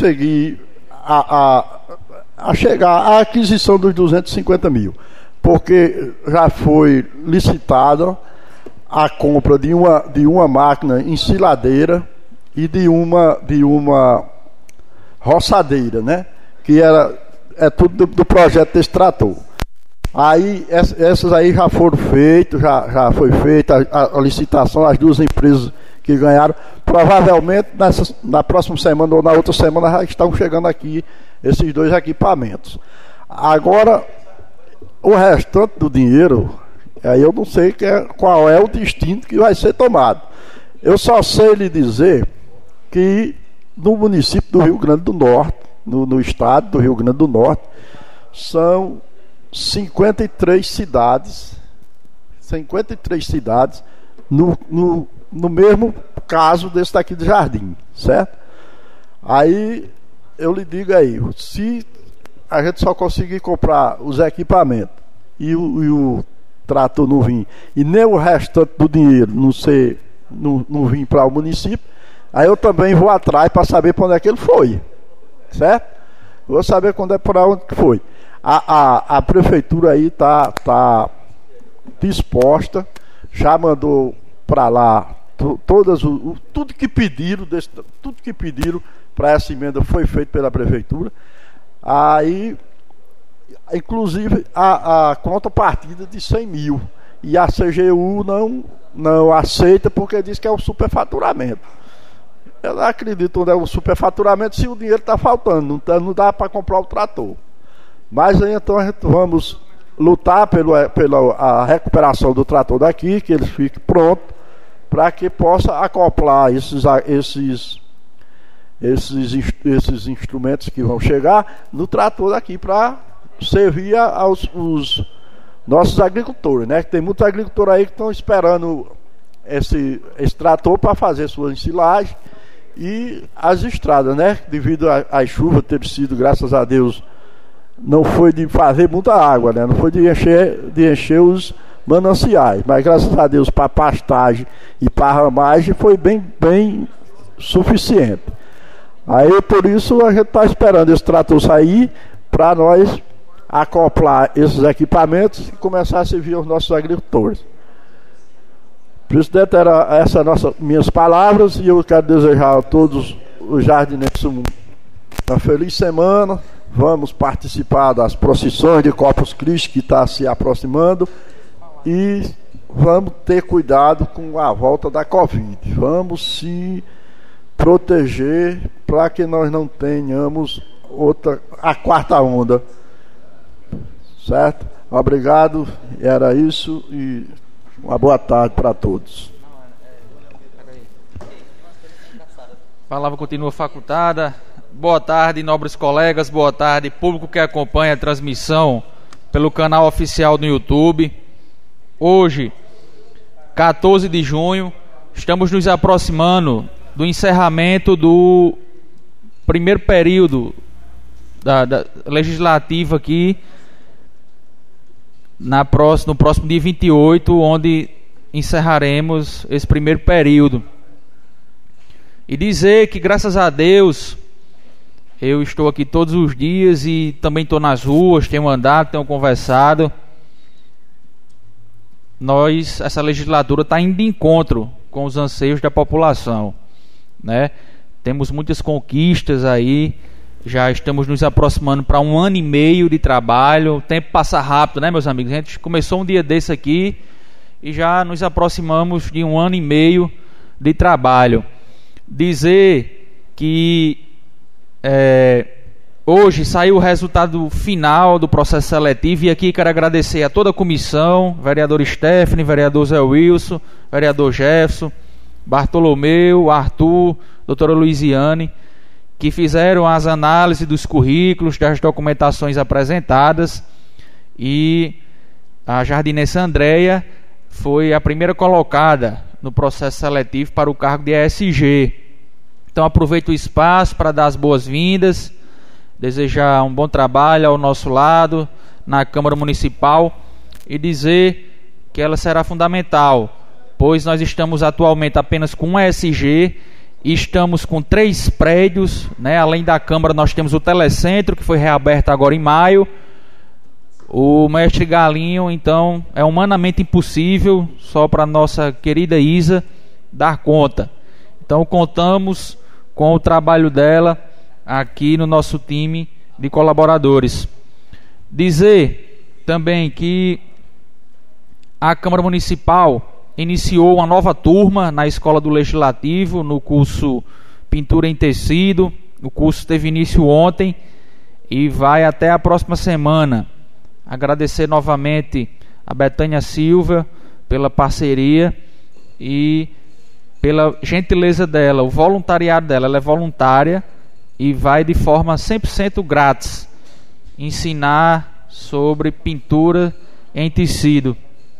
a chegar à aquisição dos 250 mil, porque já foi licitada a compra de uma máquina ensiladeira e de uma roçadeira, né? Que é tudo do projeto desse trator. Aí essas aí já foram feitas, já foi feita a licitação, as 2 empresas que ganharam. Provavelmente na próxima semana ou na outra semana já estão chegando aqui esses 2 equipamentos. Agora, o restante do dinheiro, aí eu não sei qual é o destino que vai ser tomado. Eu só sei lhe dizer que no município do Rio Grande do Norte, no estado do Rio Grande do Norte, são 53 cidades no mesmo caso desse daqui de Jardim, certo? Aí eu lhe digo aí, se a gente só conseguir comprar os equipamentos e o trator não vir, e nem o restante do dinheiro não vir para o município, aí eu também vou atrás para saber para onde é que ele foi, certo? Vou saber para onde que foi. A prefeitura aí tá disposta, já mandou para lá tudo que pediram para essa emenda foi feito pela prefeitura. Aí, inclusive a contrapartida de 100 mil, e a CGU não aceita porque diz que é o superfaturamento. Eu não acredito onde é o superfaturamento se o dinheiro está faltando, não dá para comprar o trator. Mas aí então a gente vamos lutar pela recuperação do trator daqui, que ele fique pronto, para que possa acoplar esses instrumentos que vão chegar no trator daqui para servir aos nossos agricultores, né? Tem muitos agricultores aí que estão esperando esse trator para fazer sua ensilagem e as estradas, né? Devido às chuvas ter sido, graças a Deus, não foi de fazer muita água, né? Não foi de encher os mananciais, mas graças a Deus para pastagem e para ramagem foi bem suficiente. Aí por isso a gente está esperando esse trator sair para nós acoplar esses equipamentos e começar a servir aos nossos agricultores. Presidente, era essas minhas palavras e eu quero desejar a todos os jardineiros uma feliz semana. Vamos participar das procissões de Corpus Christi que está se aproximando e vamos ter cuidado com a volta da Covid. Vamos se proteger para que nós não tenhamos a 4ª onda, certo? Obrigado, era isso e uma boa tarde para todos. A palavra continua facultada. Boa tarde, nobres colegas, boa tarde, público que acompanha a transmissão pelo canal oficial do YouTube. Hoje, 14 de junho, estamos nos aproximando do encerramento do primeiro período da legislativa aqui, no próximo dia 28, onde encerraremos esse primeiro período. E dizer que, graças a Deus, eu estou aqui todos os dias e também estou nas ruas, tenho andado, tenho conversado. Essa legislatura está indo de encontro com os anseios da população, né? Temos muitas conquistas aí, já estamos nos aproximando para 1 ano e meio de trabalho. O tempo passa rápido, né, meus amigos? A gente começou um dia desse aqui e já nos aproximamos de 1 ano e meio de trabalho. Dizer que hoje saiu o resultado final do processo seletivo, e aqui quero agradecer a toda a comissão, vereador Stephanie, vereador Zé Wilson, vereador Jefferson, Bartolomeu, Arthur, doutora Luiziane, que fizeram as análises dos currículos, das documentações apresentadas, e a jardinense Andréia foi a primeira colocada no processo seletivo para o cargo de ESG. Então aproveito o espaço para dar as boas-vindas, desejar um bom trabalho ao nosso lado na Câmara Municipal e dizer que ela será fundamental, pois nós estamos atualmente apenas com um ESG e estamos com 3 prédios, né? Além da Câmara nós temos o Telecentro, que foi reaberto agora em maio, o Mestre Galinho. Então é humanamente impossível só para nossa querida Isa dar conta. Então contamos com o trabalho dela aqui no nosso time de colaboradores. Dizer também que a Câmara Municipal iniciou uma nova turma na Escola do Legislativo, no curso Pintura em Tecido. O curso teve início ontem e vai até a próxima semana. Agradecer novamente a Betânia Silva pela parceria e pela gentileza dela, o voluntariado dela. Ela é voluntária e vai de forma 100% grátis ensinar sobre pintura em tecido.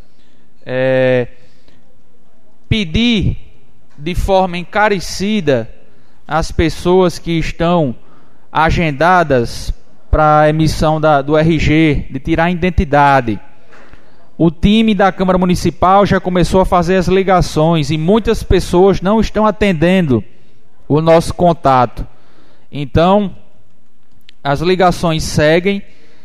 Pedir de forma encarecida às pessoas que estão agendadas para a emissão do RG, de tirar a identidade. O time da Câmara Municipal já começou a fazer as ligações e muitas pessoas não estão atendendo o nosso contato. Então, as ligações seguem.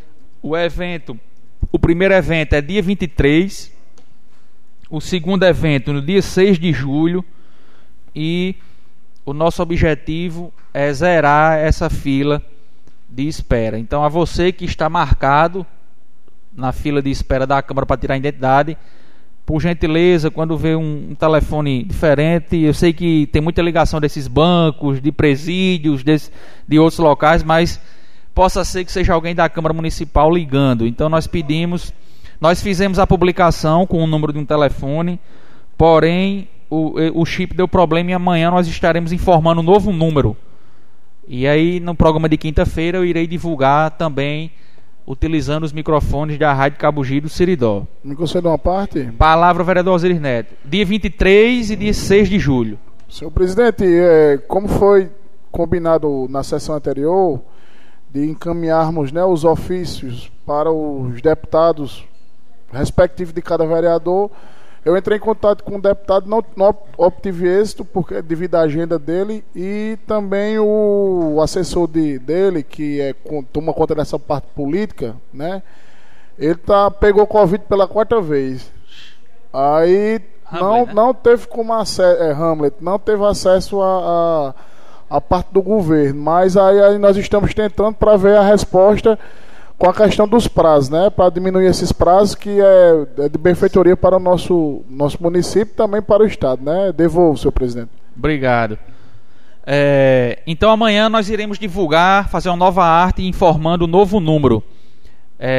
O primeiro evento é dia 23, o segundo evento no dia 6 de julho, e o nosso objetivo é zerar essa fila de espera. Então, a você que está marcado na fila de espera da Câmara para tirar a identidade, por gentileza, quando vê um telefone diferente, eu sei que tem muita ligação desses bancos, de presídios, de outros locais, mas possa ser que seja alguém da Câmara Municipal ligando. Então nós fizemos a publicação com o número de um telefone, porém o chip deu problema e amanhã nós estaremos informando um novo número. E aí no programa de quinta-feira eu irei divulgar também, utilizando os microfones da Rádio Cabugi do Seridó. Me concede uma parte? Palavra ao vereador Osiris Neto. Dia 23 e dia 6 de julho. Senhor presidente, como foi combinado na sessão anterior, de encaminharmos, né, os ofícios para os deputados respectivos de cada vereador, eu entrei em contato com o deputado, não obtive êxito porque, devido à agenda dele, e também o assessor dele, que toma conta dessa parte política, né? Ele pegou Covid pela 4ª vez. Aí Hamlet, não teve como Hamlet, não teve acesso a parte do governo, mas aí nós estamos tentando para ver a resposta com a questão dos prazos, né? Para diminuir esses prazos, que é de benfeitoria para o nosso município e também para o Estado, né? Devolvo, senhor presidente. Obrigado. Então amanhã nós iremos divulgar, fazer uma nova arte informando o novo número.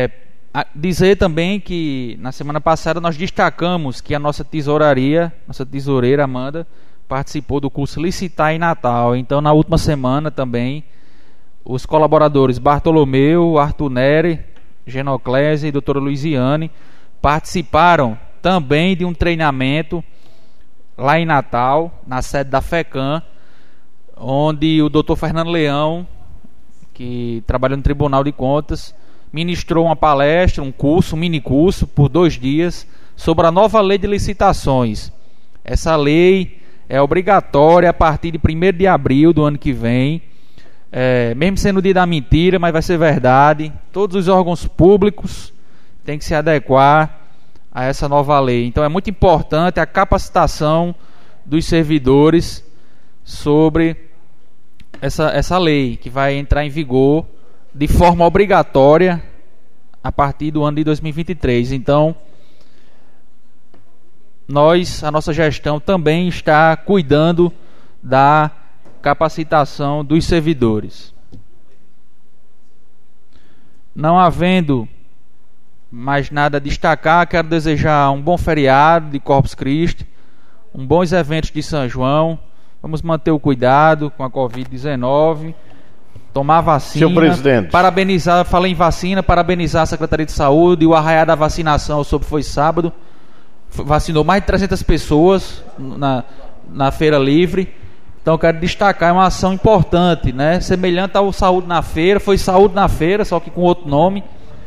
Dizer também que na semana passada nós destacamos que a nossa tesoureira Amanda, participou do curso Licitar em Natal. Então, na última semana também, os colaboradores Bartolomeu, Arthur Neri, Genoclésia e doutora Luiziane participaram também de um treinamento lá em Natal, na sede da FECAM, onde o doutor Fernando Leão, que trabalha no Tribunal de Contas, ministrou uma palestra, um mini curso, por 2 dias, sobre a nova lei de licitações. Essa lei é obrigatória a partir de 1º de abril do ano que vem, mesmo sendo o dia da mentira, mas vai ser verdade. Todos os órgãos públicos têm que se adequar a essa nova lei. Então é muito importante a capacitação dos servidores sobre essa lei, que vai entrar em vigor de forma obrigatória a partir do ano de 2023. Então, a nossa gestão também está cuidando da capacitação dos servidores. Não havendo mais nada a destacar, quero desejar um bom feriado de Corpus Christi, bons eventos de São João. Vamos manter o cuidado com a Covid-19, tomar vacina. Senhor presidente. Parabenizar, falei em vacina, parabenizar a Secretaria de Saúde. O arraiá da vacinação, eu soube, foi sábado. Vacinou mais de 300 pessoas na Feira Livre. Então, quero destacar, é uma ação importante, né? Semelhante ao Saúde na Feira, foi Saúde na Feira, só que com outro nome.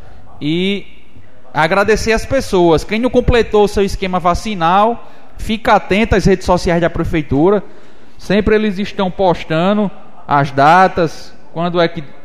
E agradecer as pessoas. Quem não completou o seu esquema vacinal, fica atento às redes sociais da Prefeitura. Sempre eles estão postando as datas, quando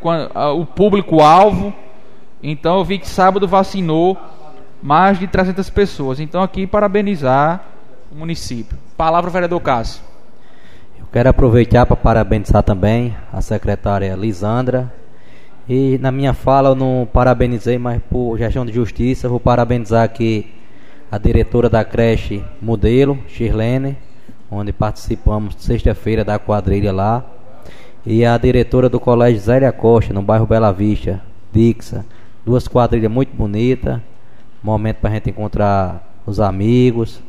o público-alvo. Então eu vi que sábado vacinou mais de 300 pessoas. Então aqui parabenizar o município. Palavra, vereador Cássio. Eu quero aproveitar para parabenizar também a secretária Lisandra. E na minha fala eu não parabenizei, mas por gestão de justiça, vou parabenizar aqui a diretora da creche Modelo, Shirlene, onde participamos sexta-feira da quadrilha lá, e a diretora do Colégio Zélia Costa, no bairro Bela Vista, Dixa. 2 quadrilhas muito bonitas, momento para a gente encontrar os amigos,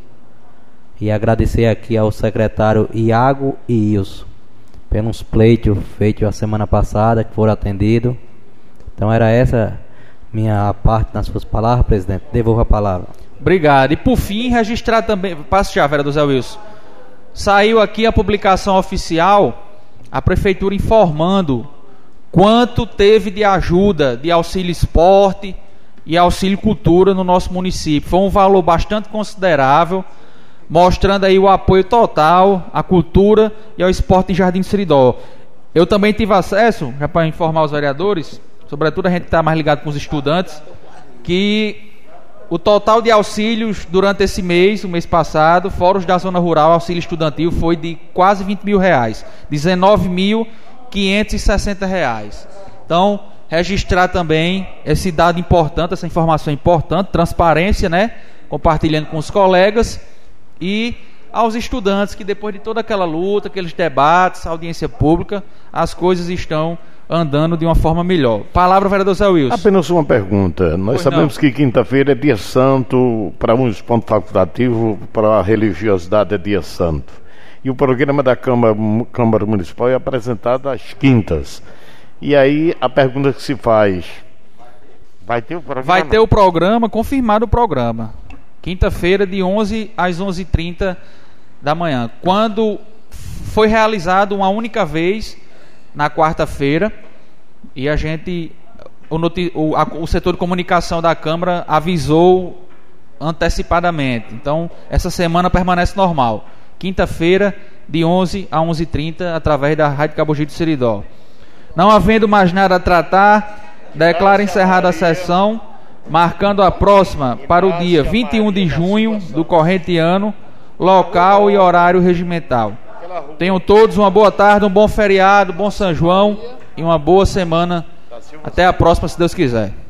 e agradecer aqui ao secretário Iago e Ilson pelos pleitos feitos a semana passada, que foram atendidos. Então era essa minha parte nas suas palavras, presidente. Devolvo a palavra. Obrigado. E por fim, registrar também, passo já, vereador Zé Wilson. Saiu aqui a publicação oficial, a Prefeitura informando quanto teve de ajuda de auxílio esporte e auxílio cultura no nosso município. Foi um valor bastante considerável, mostrando aí o apoio total à cultura e ao esporte em Jardim Seridó. Eu também tive acesso, já para informar os vereadores, sobretudo a gente está mais ligado com os estudantes, que o total de auxílios durante esse mês, o mês passado, fora os da zona rural, auxílio estudantil, foi de quase R$20 mil, R$19.560. Então, registrar também esse dado importante, essa informação importante, transparência, né? Compartilhando com os colegas, e aos estudantes que depois de toda aquela luta, aqueles debates, audiência pública, as coisas estão andando de uma forma melhor. Palavra, vereador Zé Wilson. Apenas uma pergunta. Nós sabemos que quinta-feira é dia santo, para uns pontos facultativos, para a religiosidade é dia santo. E o programa da Câmara Municipal é apresentado às quintas. E aí a pergunta que se faz: vai ter o programa? Vai ter o programa, confirmado o programa. Quinta-feira, de 11 às 11h30 da manhã. Quando foi realizado uma única vez na quarta-feira, e a gente, o setor de comunicação da Câmara avisou antecipadamente. Então, essa semana permanece normal. Quinta-feira, de 11 a 11h30, através da Rádio Cabogi do Seridó. Não havendo mais nada a tratar, declaro encerrada a sessão, marcando a próxima para o dia 21 de junho do corrente ano, local e horário regimental. Tenham todos uma boa tarde, um bom feriado, bom São João e uma boa semana. Até a próxima, se Deus quiser.